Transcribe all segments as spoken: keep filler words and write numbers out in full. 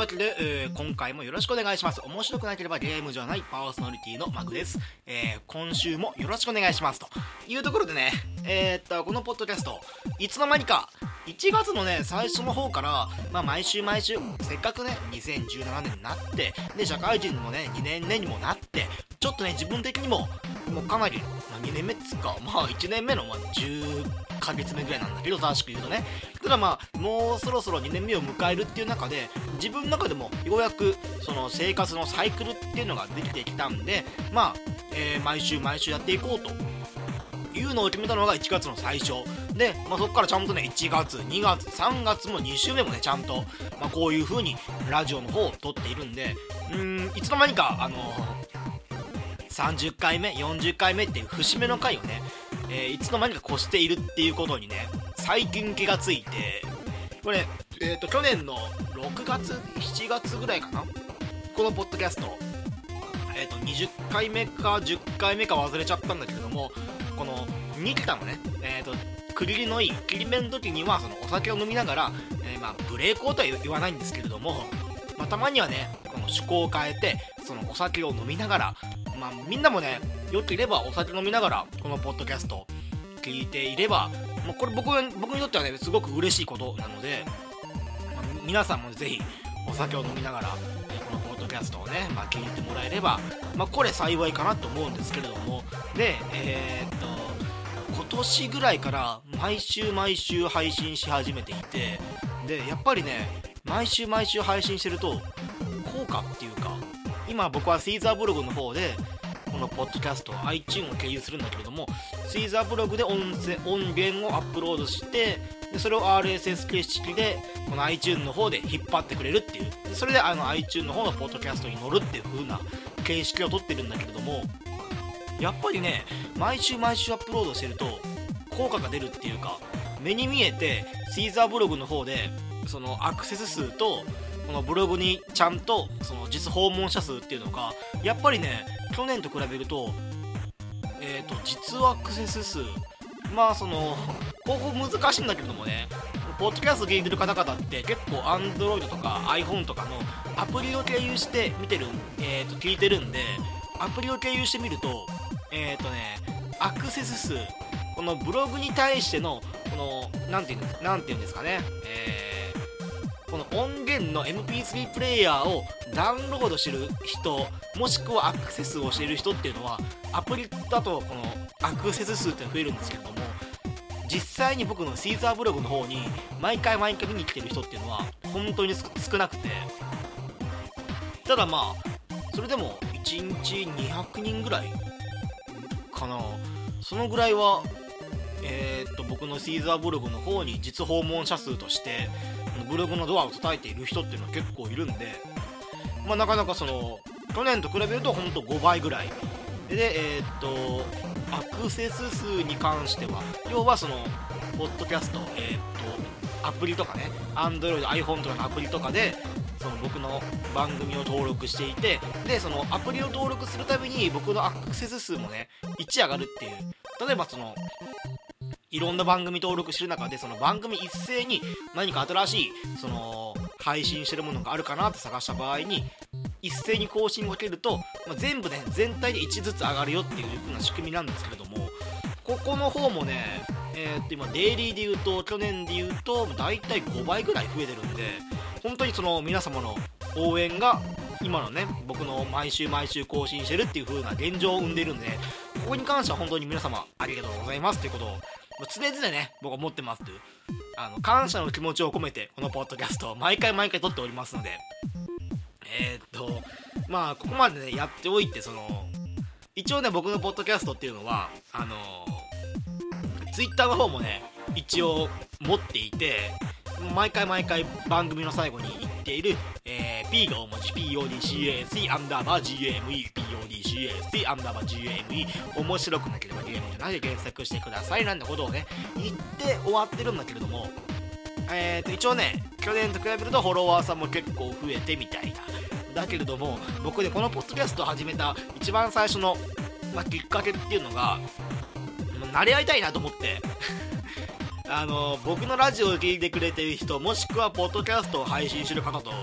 わけで、えー、今回もよろしくお願いします。面白くなければゲームじゃないパーソナリティのマグです。えー、今週もよろしくお願いしますというところでね、えー、っとこのポッドキャストいつの間にかいちがつのね最初の方から、まあ、毎週毎週せっかくねにせんじゅうななねんになってで社会人もねにねんめにもなってちょっとね自分的にももうかなり、まあ、にねんめっつうかまあいちねんめの、まあ、じゅっかげつめぐらいなんだけど正しく言うとねただまあもうそろそろにねんめを迎えるっていう中で自分の中でもようやくその生活のサイクルっていうのができてきたんでまあ、えー、毎週毎週やっていこうというのを決めたのがいちがつの最初で、まあ、そこからちゃんとねいちがつにがつさんがつもに週目もねちゃんと、まあ、こういう風にラジオの方を撮っているんでうーんいつの間にかあのー、さんじゅっかいめよんじゅっかいめっていう節目の回をね、えー、いつの間にか越しているっていうことにね最近気がついてこれ、えーと、去年のろくがつしちがつぐらいかなこのポッドキャスト、えーと、にじゅっかいめかじゅっかいめか忘れちゃったんだけれどもこのに桁のね、えーと、区切りのいい切り目の時にはそのお酒を飲みながら、えーまあ、ブレイクをとは言わないんですけれども、まあ、たまにはねこの趣向を変えてそのお酒を飲みながら、まあ、みんなもねよければお酒飲みながらこのポッドキャスト聞いていればもうこれ 僕, 僕にとってはねすごく嬉しいことなので、まあ、皆さんもぜひお酒を飲みながら、えー、このポッドキャストをね、まあ、聞いてもらえれば、まあ、これ幸いかなと思うんですけれどもでえー、っと今年ぐらいから毎週毎週配信し始めていてでやっぱりね毎週毎週配信してると効果っていうか今僕はシーザーブログの方でこのポッドキャスト iTunes を経由するんだけれどもシーザーブログで 音, 声音源をアップロードしてでそれを アールエスエス 形式でこの iTunes の方で引っ張ってくれるっていうでそれであの iTunes の方のポッドキャストに乗るっていう風な形式を取ってるんだけれどもやっぱりね毎週毎週アップロードしてると効果が出るっていうか目に見えてシーザーブログの方でそのアクセス数とこのブログにちゃんとその実訪問者数っていうのがやっぱりね去年と比べるとえっと実アクセス数まあそのここ難しいんだけれどもねポッドキャスト聞いてる方々って結構 Android とか iPhone とかのアプリを経由して見てるえっと聞いてるんでアプリを経由してみるとえっとねアクセス数このブログに対してのこのなんていうんなんていうんですかねえーこの音源の エムピースリー プレイヤーをダウンロードしてる人もしくはアクセスをしている人っていうのはアプリだとこのアクセス数って増えるんですけれども実際に僕のシーザーブログの方に毎回毎回見に来てる人っていうのは本当に少なくてただまあそれでもいちにちにひゃくにんぐらいかなそのぐらいはえー、っと僕のシーザーブログの方に実訪問者数としてブログのドアを叩いている人っていうのは結構いるんで、まあ、なかなかその去年と比べるとほんとごばいぐらいで、えー、っとアクセス数に関しては要はそのポッドキャスト、えー、っとアプリとかね Android、iPhone とかのアプリとかでその僕の番組を登録していてでそのアプリを登録するたびに僕のアクセス数もねいち上がるっていう例えばそのいろんな番組登録してる中でその番組一斉に何か新しいその配信してるものがあるかなって探した場合に一斉に更新をかけると、まあ、全部ね全体でいちずつ上がるよっていう風な仕組みなんですけれどもここの方もねえー、っと今デイリーで言うと去年で言うとだいたいごばいぐらい増えてるんで本当にその皆様の応援が今のね僕の毎週毎週更新してるっていう風な現状を生んでいるんでここに関しては本当に皆様ありがとうございますということを常々ね僕は思ってますというあの感謝の気持ちを込めてこのポッドキャストを毎回毎回撮っておりますのでえー、っとまあここまでねやっておいてその一応ね僕のポッドキャストっていうのはあのー、ツイッターの方もね一応持っていて毎回毎回番組の最後に言っている、えー、P が大文字 ピーオーディーシーエーエスイー アンダーバー ジーエーエムイー ピーオーディーシーエーエスイー アンダーバー ジーエーエムイー 面白くなければゲームじゃないで検索してくださいなんてことをね言って終わってるんだけれどもえーと一応ね去年と比べるとフォロワーさんも結構増えてみたいなだけれども僕ねこのポッドキャストを始めた一番最初の、まあ、きっかけっていうのが慣れ合いたいなと思ってあの僕のラジオを聞いてくれてる人もしくはポッドキャストを配信してる方と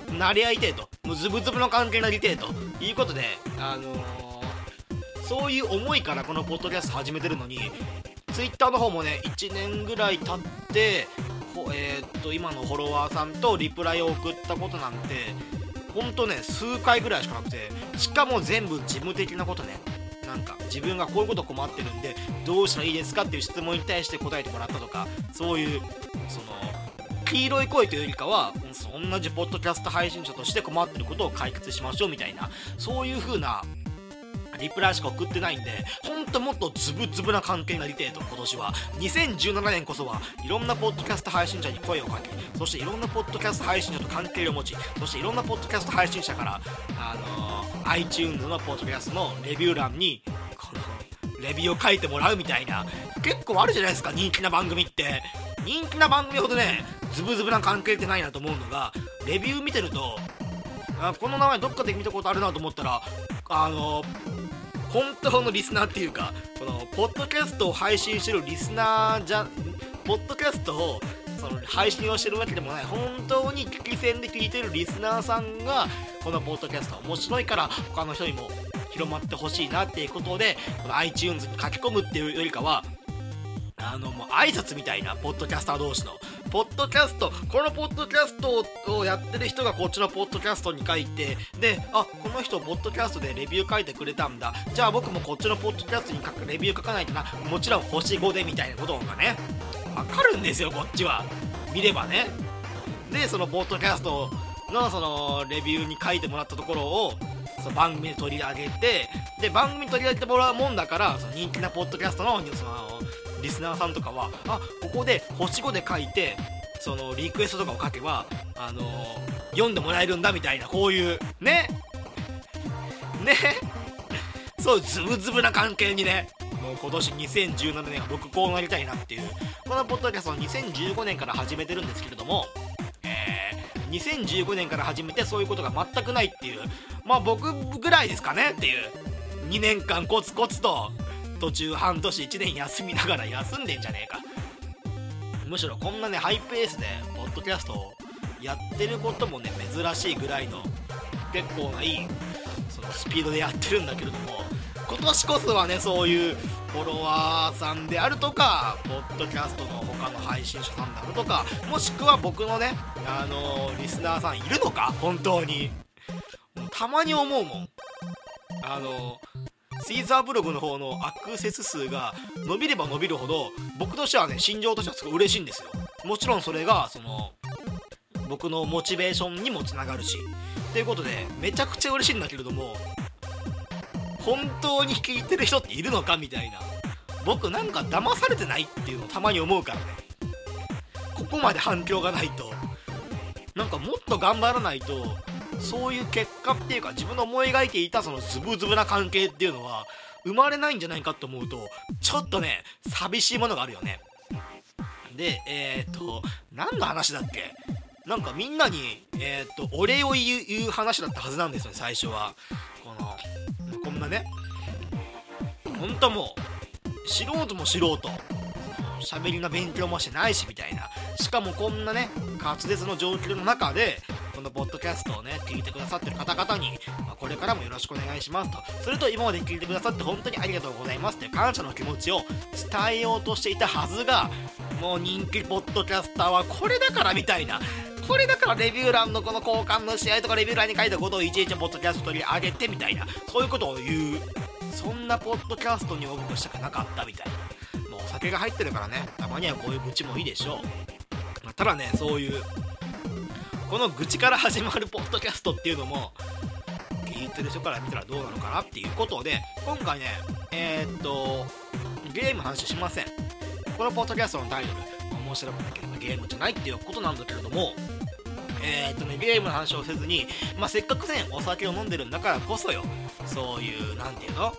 慣れ合いてえと、もうズブズブの関係になりてえということで、あのー、そういう思いからこのポッドキャスト始めてるのに、ツイッターの方もねいちねんぐらい経ってえー、っと今のフォロワーさんとリプライを送ったことなんてほんとね数回ぐらいしかなくて、しかも全部事務的なことね。なんか自分がこういうこと困ってるんでどうしたらいいですかっていう質問に対して答えてもらったとか、そういうその黄色い声というよりかは同じポッドキャスト配信者として困ってることを解決しましょうみたいな、そういう風なリプライしか送ってないんで、ほんともっとズブズブな関係になりてえと。今年はにせんじゅうななねんこそはいろんなポッドキャスト配信者に声をかけ、そしていろんなポッドキャスト配信者と関係を持ち、そしていろんなポッドキャスト配信者からあのー、iTunes のポッドキャストのレビュー欄にこのレビューを書いてもらうみたいな、結構あるじゃないですか人気な番組って。人気な番組ほどねズブズブな関係ってないなと思うのが、レビュー見てるとあこの名前どっかで見たことあるなと思ったら、あのー本当のリスナーっていうか、このポッドキャストを配信してるリスナーじゃポッドキャストをその配信をしてるわけでもない、本当に聞き戦で聞いてるリスナーさんがこのポッドキャスト面白いから他の人にも広まってほしいなっていうことでこの iTunes に書き込むっていうよりかは、あのもう挨拶みたいな、ポッドキャスター同士のポッドキャスト、このポッドキャストをやってる人がこっちのポッドキャストに書いて、で、あ、この人ポッドキャストでレビュー書いてくれたんだ、じゃあ僕もこっちのポッドキャストに書くレビュー書かないとな、もちろん星ごでみたいなことがねわかるんですよ、こっちは見ればね。でそのポッドキャストのそのレビューに書いてもらったところをその番組で取り上げて、で番組に取り上げてもらうもんだから、その人気なポッドキャストのそのリスナーさんとかは、あ、ここで星ごで書いてそのリクエストとかを書けば、あのー、読んでもらえるんだみたいな、こういうねねそうズブズブな関係にね、もう今年にせんじゅうななねんは僕こうなりたいなっていう。このポッドキャストはにせんじゅうごねんから始めてるんですけれども、えー、にせんじゅうごねんから始めてそういうことが全くないっていう、まあ僕ぐらいですかねっていう。にねんかんコツコツと途中半年いちねん休みながら休んでんじゃねえか。むしろこんなねハイペースでポッドキャストをやってることもね珍しいぐらいの結構ないいそのスピードでやってるんだけれども、今年こそはねそういうフォロワーさんであるとかポッドキャストの他の配信者さんであるとか、もしくは僕のねあのー、リスナーさんいるのか本当に。たまに思うもん、あのーシーザーブログの方のアクセス数が伸びれば伸びるほど僕としてはね心情としてはすごい嬉しいんですよ。もちろんそれがその僕のモチベーションにもつながるしということでめちゃくちゃ嬉しいんだけれども、本当に聞いてる人っているのかみたいな、僕なんか騙されてないっていうのをたまに思うからね。ここまで反響がないとなんかもっと頑張らないとそういう結果っていうか自分の思い描いていたそのズブズブな関係っていうのは生まれないんじゃないかと思うとちょっとね寂しいものがあるよね。でえー、っと何の話だっけ、なんかみんなにえー、っとお礼を言う、言う話だったはずなんですよね最初は。このこんなねほんともう素人も素人喋りの勉強もしてないしみたいな、しかもこんなね滑舌の状況の中でこのポッドキャストをね聞いてくださってる方々に、まあ、これからもよろしくお願いしますと、それと今まで聞いてくださって本当にありがとうございますって感謝の気持ちを伝えようとしていたはずが、もう人気ポッドキャスターはこれだからみたいな、これだからレビュー欄のこの交換の試合とかレビュー欄に書いたことをいちいちポッドキャスト取り上げてみたいな、そういうことを言う、そんなポッドキャストに応募したくなかったみたいな。もうお酒が入ってるからねたまにはこういう愚痴もいいでしょう。まあ、ただねそういうこの愚痴から始まるポッドキャストっていうのも聞いてる人から見たらどうなのかなっていうことで、今回ねえー、っとゲームの話しません。このポッドキャストのタイトル面白くなければゲームじゃないっていうことなんだけれども、えー、っとねゲームの話をせずに、まあ、せっかくねお酒を飲んでるんだからこそよ、そういうなんていうのあの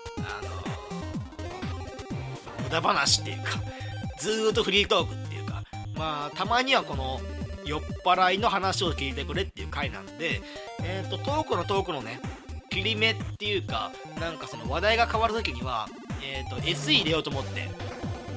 無駄話っていうかずーっとフリートークっていうか、まあたまにはこの酔っ払いの話を聞いてくれっていう回なんで、えーとトークのトークのね切り目っていうかなんかその話題が変わるときにはえーと エスイー 入れようと思って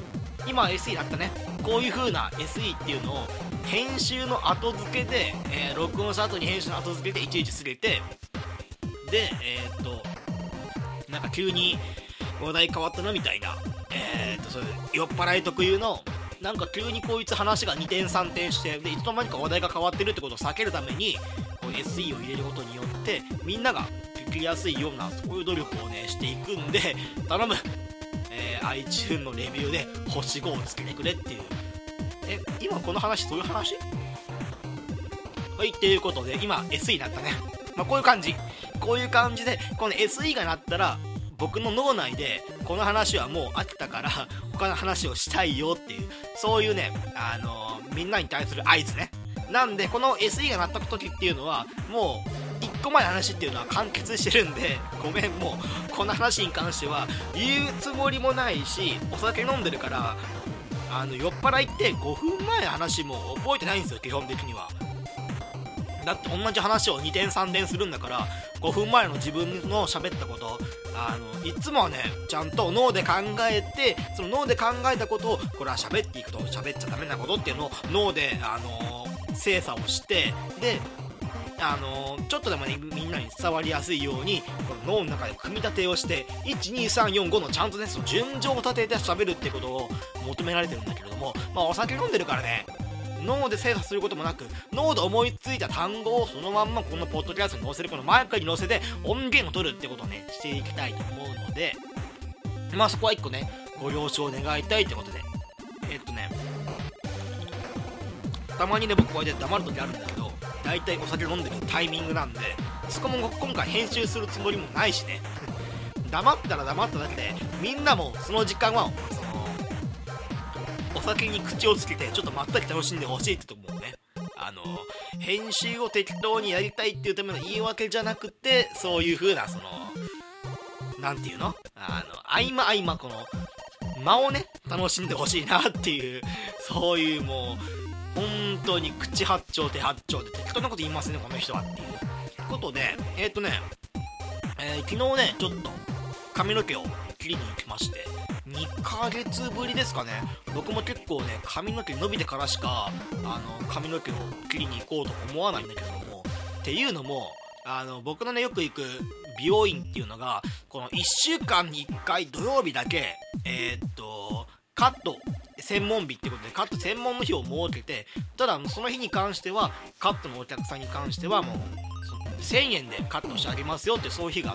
今 エスイー だったね、こういう風な エスイー っていうのを編集の後付けで、えー、録音した後に編集の後付けでいちいちすげて、でえー、っとなんか急に話題変わったなみたいな、えー、っとそういう酔っ払い特有のなんか急にこいつ話がにてんさんてんして、でいつの間にか話題が変わってるってことを避けるためにこう エスイー を入れることによってみんなが聞きやすいようなそういう努力をねしていくんで、頼む、えー、iTunes のレビューで星ごをつけてくれっていう。え今この話そういう話？はい、っていうことで今 エスイー だったね。まあこういう感じこういう感じでこの エスイー が鳴ったら僕の脳内でこの話はもう飽きたから他の話をしたいよっていう、そういうね、あのー、みんなに対する合図ね。なんでこの エスイー が鳴った時っていうのはもういっこまえの話っていうのは完結してるんで、ごめん、もうこの話に関しては言うつもりもないし、お酒飲んでるからあの酔っ払いってごふんまえの話も覚えてないんですよ基本的には。だって同じ話をにてんさんてんするんだからごふんまえの自分の喋ったことあのいつもはねちゃんと脳で考えて、その脳で考えたことをこれは喋っていくと喋っちゃダメなことっていうのを脳で、あのー、精査をして、で、あのー、ちょっとでもねみんなに伝わりやすいようにこの脳の中で組み立てをしていちにさんよんごのちゃんとねその順序を立てて喋るってことを求められてるんだけれども、まあお酒飲んでるからね脳で精査することもなく脳で思いついた単語をそのまんまこのポッドキャストに載せる、このマイクに載せて音源を取るってことをねしていきたいと思うので、まあそこは一個ねご了承願いたいってことで、えっとねたまにね僕こうやって黙る時あるんだけど、だいたいお酒飲んでるタイミングなんでそこも今回編集するつもりもないしね黙ったら黙っただけでみんなもその時間はそのお酒に口をつけてちょっとまったり楽しんでほしいってと思うね。あの編集を適当にやりたいっていうための言い訳じゃなくて、そういう風なそのなんていうのあの合間合間この間をね楽しんでほしいなっていう、そういうもう本当に口八丁手八丁で適当なこと言いますねこの人はっていうことで、えっとね、えー、昨日ねちょっと髪の毛を切りに行きまして、にかげつぶりですかね。僕も結構ね髪の毛伸びてからしかあの髪の毛を切りに行こうと思わないんだけれども、っていうのもあの僕のねよく行く美容院っていうのがこのいっしゅうかんにいっかい土曜日だけえー、っとカット専門日ってことでカット専門の日を設けて、ただその日に関してはカットのお客さんに関してはもうせんえんでカットしてあげますよってそういう日があって、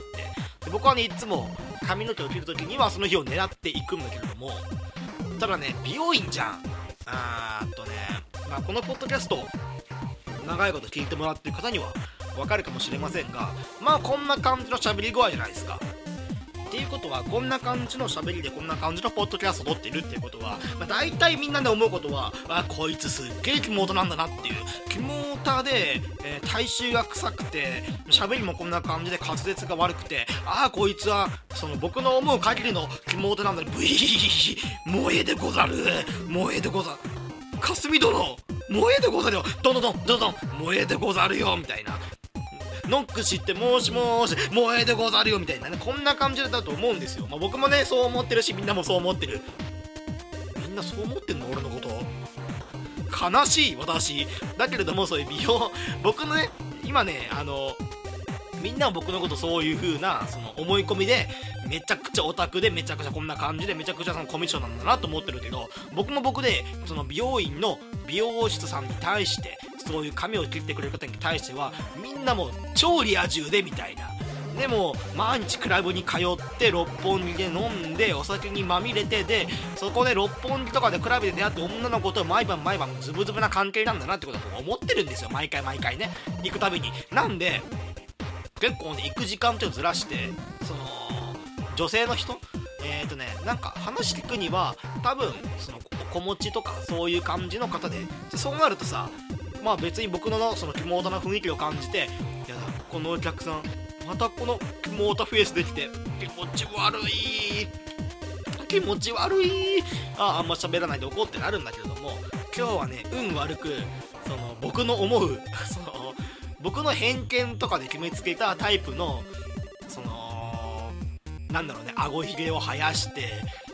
で僕はねいつも髪の毛を切るときにはその日を狙っていくんだけれども、ただね美容院じゃんあーっとね、まあ、このポッドキャスト長いこと聞いてもらってる方にはわかるかもしれませんが、まあこんな感じの喋り具合じゃないですか。っていうことはこんな感じの喋りでこんな感じのポッドキャストを撮ってるっていうことは、まあ、大体みんなで思うことはあこいつすっげえキモータなんだなっていう、キモータで、えー、体臭が臭くて喋りもこんな感じで滑舌が悪くて、ああこいつはその僕の思う限りのキモータなんだね、ブイー萌えでござる萌えでござる霞殿萌えでござるよどんどんどんどんどん萌えでござるよみたいな、ノックしてもしもーし萌えでござるよみたいなね、こんな感じだと思うんですよ。まあ、僕もねそう思ってるしみんなもそう思ってる。みんなそう思ってんの俺のこと。悲しい私だけれども、そういう美容僕のね今ねあのみんなは僕のことそういう風なその思い込みでめちゃくちゃオタクでめちゃくちゃこんな感じでめちゃくちゃそのコミッションなんだなと思ってるけど、僕も僕でその美容院の美容室さんに対してそういう髪を切ってくれる方に対してはみんなも超リア充でみたいな、でも毎日クラブに通って六本木で飲んでお酒にまみれてでそこで六本木とかでクラブで出会って女の子と毎晩毎晩ズブズブな関係なんだなってことは思ってるんですよ、毎回毎回ね行くたびに。なんで結構ね行く時間っていうのをずらして、その女性の人えーとねなんか話聞くには多分その子持ちとかそういう感じの方で、でそうなるとさまあ別に僕のそのキモータな雰囲気を感じて、いやこのお客さんまたこのキモータフェイスできて気持ち悪い気持ち悪いああんま喋らないでおこうってなるんだけれども、今日はね運悪くその僕の思うその僕の偏見とかで決めつけたタイプのそのなんだろうね顎ひげを生やして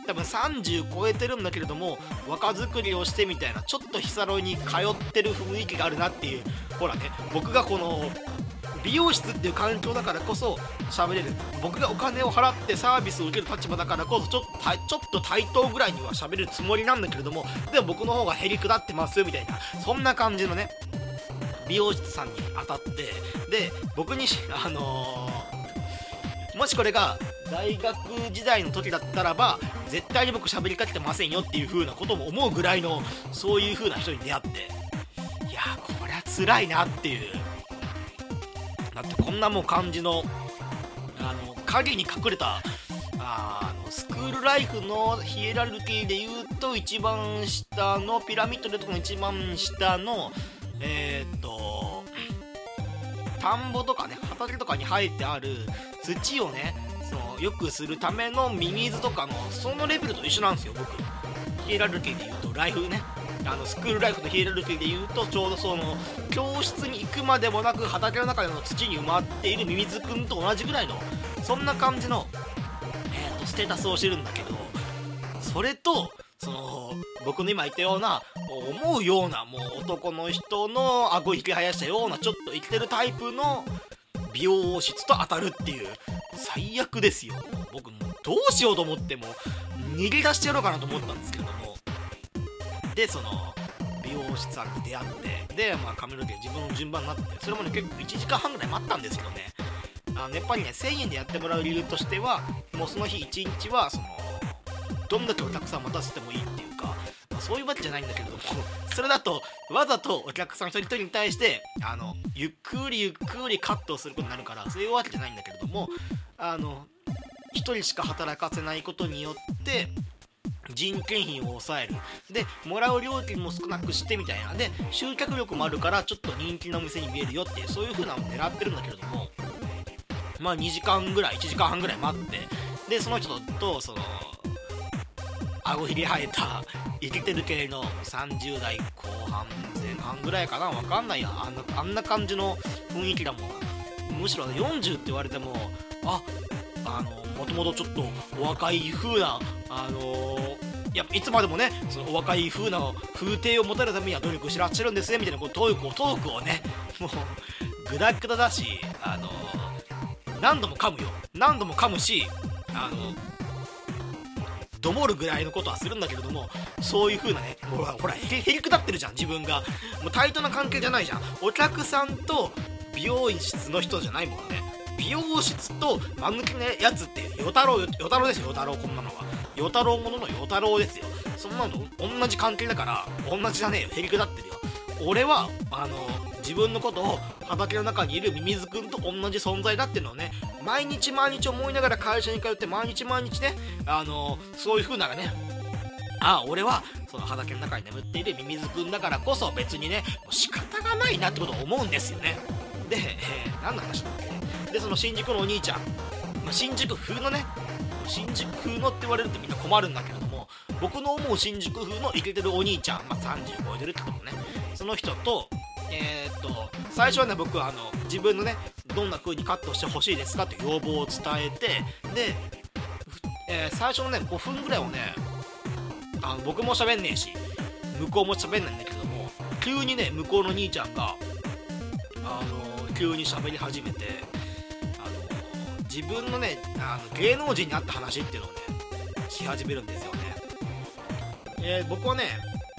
多分さんじゅう超えてるんだけれども若作りをしてみたいな、ちょっとヒサロに通ってる雰囲気があるなっていう。ほらね、僕がこの美容室っていう環境だからこそ喋れる、僕がお金を払ってサービスを受ける立場だからこそちょっとたちょっと対等ぐらいには喋れるつもりなんだけれども、でも僕の方がへりくだってますよみたいな、そんな感じのね美容室さんに当たって、で僕にあのー、もしこれが大学時代の時だったらば絶対に僕喋りかけてませんよっていう風なことも思うぐらいの、そういう風な人に出会って、いやーこれは辛いなっていう。だってこんなもう感じのあの影に隠れたあのスクールライフのヒエラルキーでいうと一番下のピラミッドでとこの一番下のえー、っと田んぼとかね畑とかに生えてある土をねそのよくするためのミミズとかのそのレベルと一緒なんですよ。僕ヒエラルキーでいうとライフねあのスクールライフのヒエラルキーでいうとちょうどその教室に行くまでもなく畑の中の土に埋まっているミミズくんと同じぐらいのそんな感じの、えー、とステータスをしてるんだけど、それとその僕の今言ったような思うようなもう男の人の顎ひげ生やしたようなちょっと生きてるタイプの美容室と当たるっていう最悪ですよ。僕もうどうしようと思っても逃げ出してやろうかなと思ったんですけれども、でその美容師さんに出会ってで、まあ、髪の毛自分の順番になって、それもね結構いちじかんはんぐらい待ったんですけどね、あのやっぱりねせんえんでやってもらう理由としてはもうその日いちにちはそのどんだけお客さん待たせてもいいっていうか、まあ、そういうわけじゃないんだけれどもそれだとわざとお客さん一人一人に対してあのゆっくりゆっくりカットをすることになるから、そういうわけじゃないんだけれども、あのひとりしか働かせないことによって人件費を抑える、でもらう料金も少なくしてみたいな、で集客力もあるからちょっと人気のお店に見えるよっていう、そういう風なのを狙ってるんだけれども、まあにじかんぐらいいちじかんはんぐらい待って、でその人とその顎ひげ生えたイケてる系のさんじゅう代後半前半ぐらいかな、わかんないや、あんなあんな感じの雰囲気だもん。むしろよんじゅうって言われてもああのもともとちょっとお若い風なあのー、いやいつまでもねそのお若い風な風景を持たれるためには努力してらっしゃるんですねみたいなこうトークをトークをねもうグダグダだし、あのー、何度も噛むよ何度も噛むし、あのー、どもるぐらいのことはするんだけれども、そういう風なねほらほらへりくだってるじゃん自分が、もう対等な関係じゃないじゃん。お客さんと美容室の人じゃないもんね。美容室と間抜けなやつって与太郎与太郎ですよ。与太郎こんなのは与太郎ものの与太郎ですよ。そんなのと同じ関係だから同じじゃねえよ、へりくだってるよ。俺はあの自分のことを畑の中にいるミミズくんと同じ存在だっていうのをね毎日毎日思いながら会社に通って毎日毎日ねあのそういう風なね、ああ俺はその畑の中に眠っているミミズくんだからこそ別にねもう仕方がないなってことを思うんですよね。で、えー、何の話だっけ。でその新宿のお兄ちゃん、まあ、新宿風のね新宿風のって言われるとみんな困るんだけれども、僕の思う新宿風のイケてるお兄ちゃん、まあ、さんじゅう超えてるってことね、その人とえー、っと最初はね僕はあの自分のねどんな風にカットしてほしいですかって要望を伝えて、で、えー、最初のねごふんぐらいをねあの僕も喋んねえし向こうも喋んないんだけども、急にね向こうの兄ちゃんがあの急に喋り始めて、あの自分のねあの芸能人に会った話っていうのをねし始めるんですよね。えー、僕はね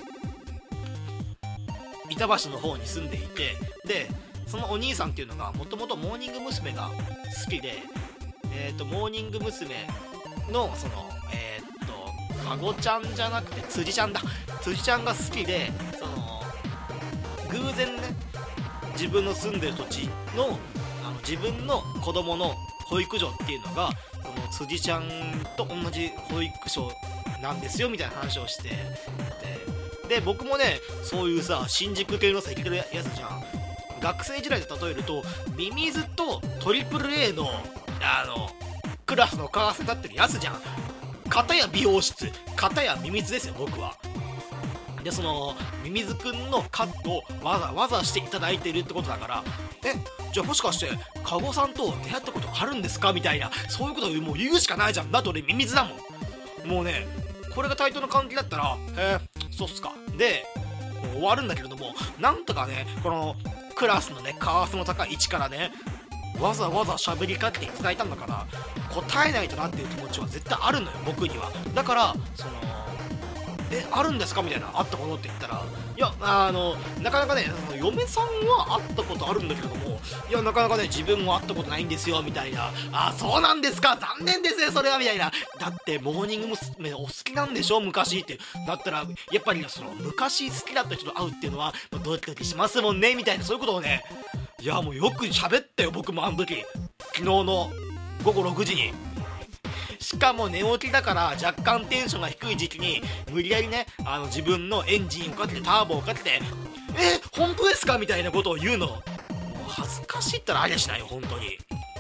板橋の方に住んでいて、でそのお兄さんっていうのがもともとモーニング娘。が好きで、えーとモーニング娘。のそのえーとかごちゃんじゃなくて辻ちゃんだ辻ちゃんが好きで、その偶然ね自分の住んでる土地のあの自分の子供の保育所っていうのがその辻ちゃんと同じ保育所なんですよみたいな話をして、でで僕もねそういうさ新宿系のさイケてるやつじゃん。学生時代で例えるとミミズとトリプル A のあのクラスの顔合わせになってるやつじゃん。片や美容室片やミミズですよ僕は。でそのミミズくんのカットをわざわざしていただいているってことだから、えじゃあもしかしてカゴさんと出会ったことあるんですかみたいな、そういうことをもう言うしかないじゃん。だって俺ミミズだもん。 もうねこれが対等な関係だったらへえそうっすかでもう終わるんだけれども、なんとかねこのクラスのねカーストの高い位置からねわざわざ喋りかけていただいたんだから答えないとなっていう気持ちは絶対あるのよ僕には。だからそのえあるんですかみたいな、あったことって言ったら、いやあのなかなかね嫁さんは会ったことあるんだけれども、いやなかなかね自分も会ったことないんですよみたいな、あそうなんですか残念ですねそれはみたいな、だってモーニング娘。お好きなんでしょ昔って、だったらやっぱりねその昔好きだった人と会うっていうのはドキドキしますもんねみたいな、そういうことをねいやもうよく喋ったよ僕もあの時昨日のごごろくじに。しかも寝起きだから若干テンションが低い時期に無理やりねあの自分のエンジンをかけてターボをかけてえ本当ですかみたいなことを言うのもう恥ずかしいったらありゃしないよ本当に。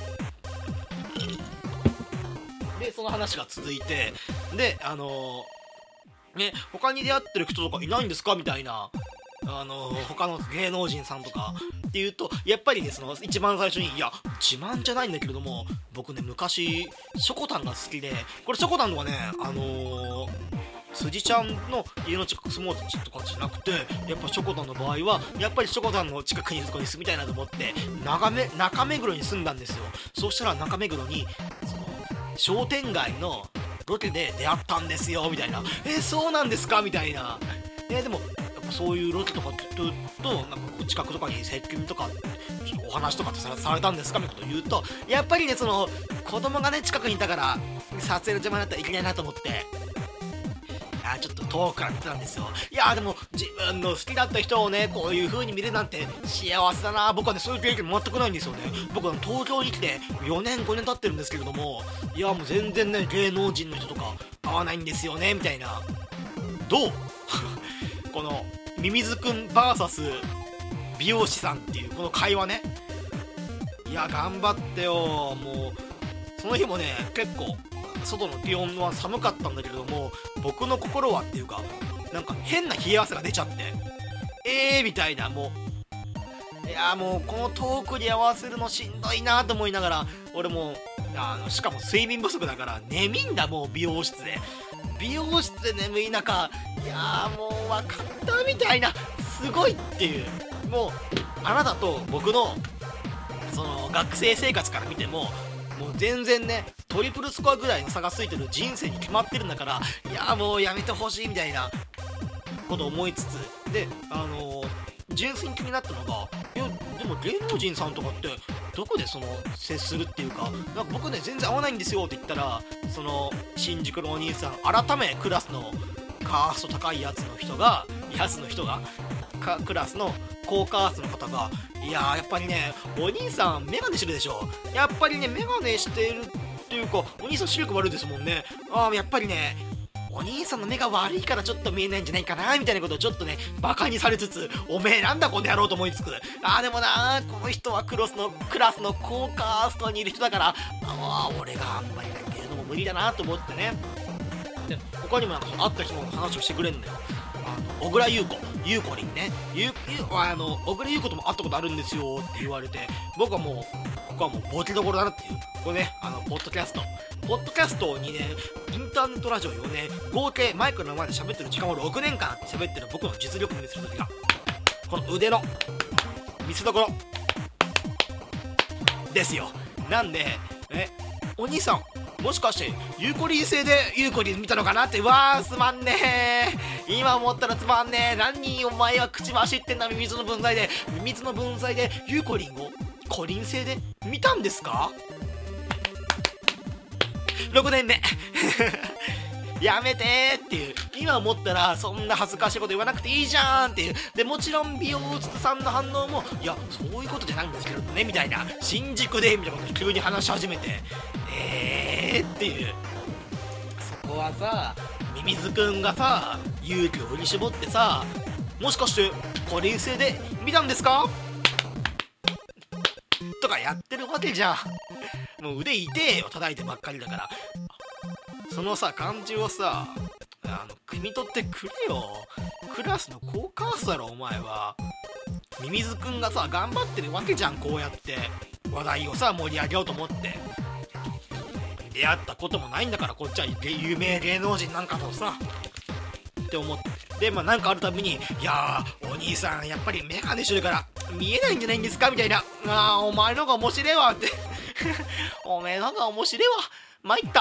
でその話が続いてであのー、ね他に出会ってる人とかいないんですかみたいな、あのー、他の芸能人さんとかっていうとやっぱりねその一番最初にいや自慢じゃないんだけれども僕ね昔ショコタンが好きで、これショコタンのはねあのー、辻ちゃんの家の近く住もうとかじゃなくてやっぱショコタンの場合はやっぱりショコタンの近くにいるとこに住みたいなと思って中目中目黒に住んだんですよ。そうしたら中目黒にその商店街のロケで出会ったんですよみたいな、えー、そうなんですかみたいな、えー、でもそういうロケとかとなんか近くとかに接近とかちょっとお話とかってさされたんですかみたいなことを言うと、やっぱりねその子供がね近くにいたから撮影の邪魔になったらいけないなと思ってあちょっと遠くから見てたんですよ。いやでも自分の好きだった人をねこういう風に見れるなんて幸せだな。僕はねそういう経験全くないんですよね。僕は東京に来てよねんごねん経ってるんですけれども、いやもう全然ね芸能人の人とか会わないんですよねみたいな。どうこのミミズくん ブイエス 美容師さんっていうこの会話ね、いや頑張ってよ。もうその日もね結構外の気温は寒かったんだけれども僕の心はっていうかなんか変な冷え汗が出ちゃってえーみたいな、もういやもうこのトークに合わせるのしんどいなと思いながら、俺もあのしかも睡眠不足だから眠いんだもう美容室で美容室で眠い中、いやーもう分かったみたいな、すごいっていう、もうあなたと僕のその学生生活から見てももう全然ねトリプルスコアぐらいの差がついてる人生に決まってるんだから、いやーもうやめてほしいみたいなことを思いつつで、あのー、純粋に気になったのが、いやでも芸能人さんとかってどこでその接するっていうか、なんか僕ね全然合わないんですよって言ったら、その新宿のお兄さん改めクラスのカースト高いやつの人がやつの人がかクラスの高カーストの方が、いやーやっぱりねお兄さんメガネしてるでしょ、やっぱりねメガネしてるっていうかお兄さん視力悪いですもんね、あーやっぱりねお兄さんの目が悪いからちょっと見えないんじゃないかなみたいなことをちょっとねバカにされつつ、おめえなんだこの野郎と思いつく、あーでもなーこの人はクロスのクラスの高カーストにいる人だから、あー俺があんまりだけれども無理だなと思ってね。で他にもなんかその会った人の話をしてくれんのよ。あの小倉優子優子りんね、ゆゆあの小倉優子とも会ったことあるんですよって言われて、僕はもうここはもうボケどころだなっていう、これねあのポッドキャストポッドキャストにねインターネットラジオをね合計マイクの前で喋ってる時間をろくねんかん喋ってる僕の実力を見せる時がこの腕の見せ所ですよ。なんでえお兄さんもしかしてゆうこりん製でゆうこりん見たのかなって、わーすまんねー、今思ったらつまんねー、何お前は口走ってんだミミズの分際でミミズの分際でゆうこりんをコリン製で見たんですかろくねんめやめてーっていう、今思ったらそんな恥ずかしいこと言わなくていいじゃんっていう、でもちろん美容室さんの反応もいやそういうことじゃないんですけどねみたいな、新宿でみたいなこと急に話し始めてえーっていう、そこはさミミズくんがさ勇気を振り絞ってさ、もしかしてコリン製で見たんですかとかやってるわけじゃん。もう腕痛えよ叩いてばっかりだから、そのさ感じをさあの汲み取ってくれよ。クラスの高カーストだろお前は。ミミズくんがさ頑張ってるわけじゃん、こうやって話題をさ盛り上げようと思って。 出会ったこともないんだから、こっちは有名芸能人なんかとさって思って、でまあなんかあるたびに、いやーお兄さんやっぱりメガネしてるから見えないんじゃないんですかみたいな、あーお前のが面白いわってお前のが面白いわ、参った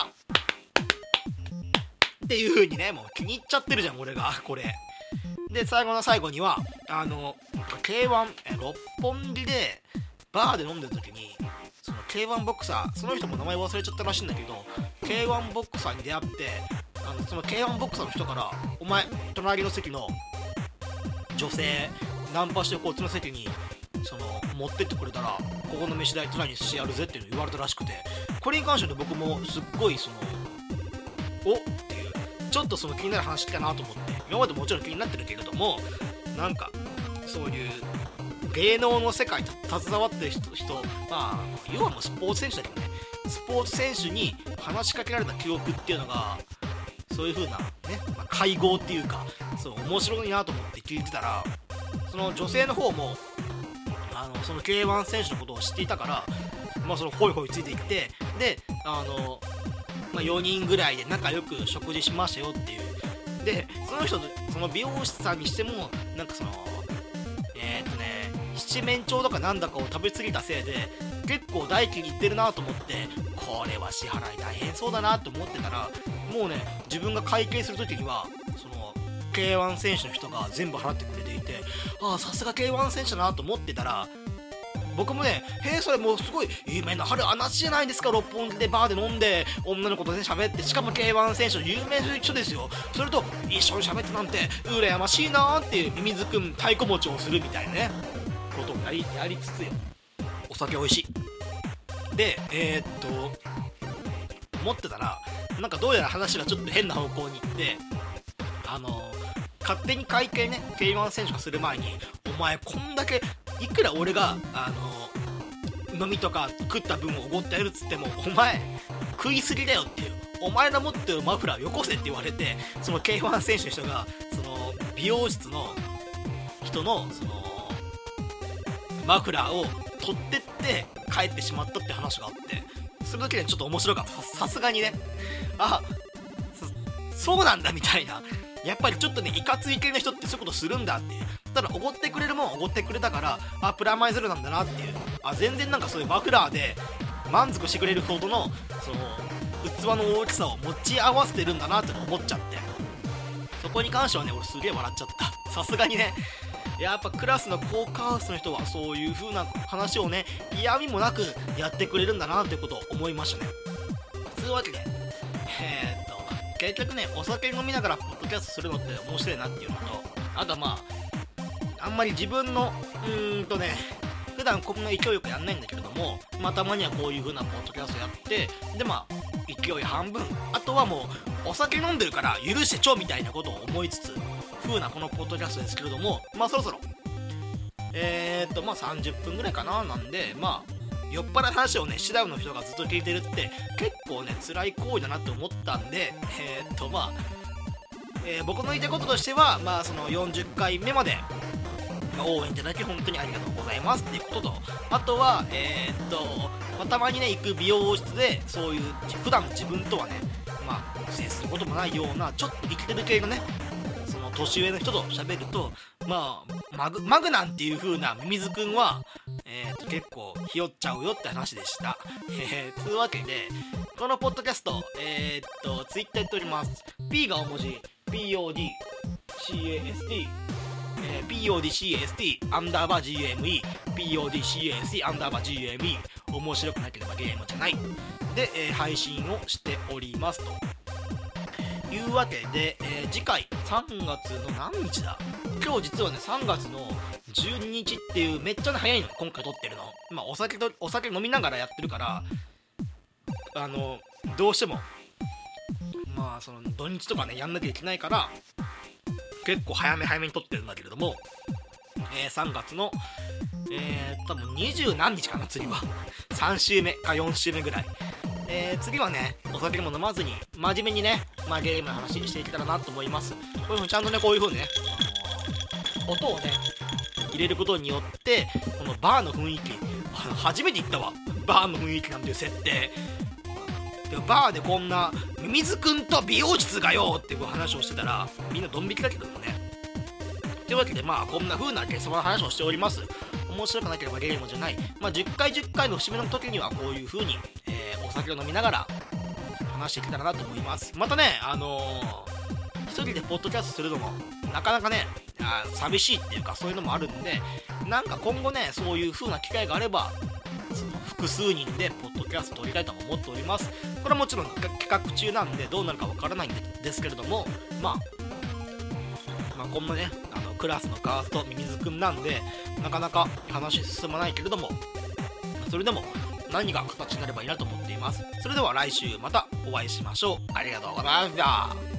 っていう風にね、もう気に入っちゃってるじゃん俺がこれで。最後の最後にはあの ケーワン 六本木でバーで飲んでる時に、その ケーワン ボクサー、その人も名前忘れちゃったらしいんだけど、 ケーワン ボクサーに出会って、あのその ケーワン ボクサーの人から、お前隣の席の女性ナンパしてこっちの席にその持ってってくれたらここの飯代トライにしてやるぜっていうの言われたらしくて、これに関して僕もすっごいそのおっていう、ちょっとその気になる話来たなと思って、今までもちろん気になってるけれども、なんかそういう芸能の世界に携わってる 人, 人まあ要はもうスポーツ選手だけどね、スポーツ選手に話しかけられた記憶っていうのが、そういう風なね、まあ、会合っていうか、そう面白いなと思って聞いてたら、その女性の方もあのその ケーワン 選手のことを知っていたから、まあそのホイホイついていって、であの、まあ、よにんぐらいで仲良く食事しましたよっていう。でその人、その美容師さんにしてもなんかそのえー、っとね七面鳥とかなんだかを食べ過ぎたせいで結構代金いってるなと思って、これは支払い大変そうだなと思ってたら、もうね自分が会計するときにはその ケーワン 選手の人が全部払ってくれていて、ああさすが ケーワン 選手だなと思ってたら、僕もね、へえそれもうすごい有名な春話じゃないですか、六本木でバーで飲んで女の子とね喋って、しかも ケーワン 選手の有名な人ですよ、それと一緒に喋ってなんて羨ましいなーっていう、ミミズくん太鼓持ちをするみたいなねことをやり、やりつつよ、お酒美味しいで、えー、っと思ってたら、なんかどうやら話がちょっと変な方向に行って、あの勝手に会計ね ケーワン 選手がする前に、お前こんだけいくら俺があの飲みとか食った分をおごってやるっつっても、お前食いすぎだよっていう、お前の持ってるマフラーよこせって言われて、その ケーワン 選手の人がその美容室の人のそのマフラーを取ってって帰ってしまったって話があって、それだけでちょっと面白かった。さすがにね、あそそうなんだみたいな、やっぱりちょっとねいかつい系の人ってそういうことするんだっていう。ただおごってくれるもんおごってくれたから、あプラマイゼロなんだなっていう、あ全然なんかそういうマフラーで満足してくれるほどのその器の大きさを持ち合わせてるんだなって思っちゃって、そこに関してはね俺すげえ笑っちゃった。さすがにね、やっぱクラスの高カーストの人はそういう風な話をね嫌味もなくやってくれるんだなってことを思いましたね。というわけでえー、っと結局ね、お酒飲みながらポッドキャストするのって面白いなっていうのと、あとはまああんまり自分のうーんとね普段こんな勢いよくやんないんだけれども、まあたまにはこういう風なポッドキャストやって、でまあ勢い半分、あとはもうお酒飲んでるから許してちょみたいなことを思いつつ風なこのポッドキャストですけれども、まあそろそろえーっとまあさんじゅっぷんぐらいかな、なんでまあ酔っ払い話をねシダウの人がずっと聞いてるって結構ね辛い行為だなって思ったんで、えー、っとまあ、えー、僕の言いたいこととしては、まあそのよんじゅっかいめまで、まあ、応援いただき本当にありがとうございますっていうことと、あとはえー、っと、まあ、たまにね行く美容室でそういう普段の自分とはねまあ接することもないようなちょっと生きてる系のねその年上の人と喋ると、まあマグマグなんていう風なミミズくんはえー、と結構ひよっちゃうよって話でした。えー、というわけでこのポッドキャストえー、っとツイッターやっております。 P が大文字 ピーオーディーシーエーエスティー、えー、ピーオーディーシーエーエスティー アンダーバー ジーエーエムイー ピーオーディーシーエーエスティー アンダーバー ジーエーエムイー 面白くなければゲームじゃないで、えー、配信をしておりますというわけで、えー、次回さんがつの何日だ、今日実はねさんがつのじゅうににちっていうめっちゃね早いの今回撮ってるの。まあお酒とお酒飲みながらやってるからあのどうしてもまあその土日とかねやんなきゃいけないから結構早め早めに撮ってるんだけれども、えー、さんがつのえー、多分にじゅう何日かな次はさん週目かよん週目ぐらい、えー、次はねお酒も飲まずに真面目にね、まあ、ゲームの話していけたらなと思います。こういうふうにちゃんとねこういうふうにね、あのー、音をね入れることによってこのバーの雰囲気、初めて言ったわバーの雰囲気なんていう設定でもバーでこんなミミズくんと美容室がよっていう話をしてたらみんなドン引きだけどもね。というわけでまあこんな風なゲストの話をしております。面白くなければゲームじゃない、まあ、じゅっかいじゅっかいの節目の時にはこういう風に、えー、お酒を飲みながら話していけたらなと思います。またねあのー、一人でポッドキャストするのもなかなかねあ寂しいっていうかそういうのもあるんで、なんか今後ねそういう風な機会があれば複数人でポッドキャスト撮りたいとも思っております。これはもちろん企画中なんでどうなるかわからないんですけれども、まあ、まあこんなねあのクラスのカーストミミズくんなんでなかなか話進まないけれども、それでも何が形になればいいなと思っています。それでは来週またお会いしましょう。ありがとうございました。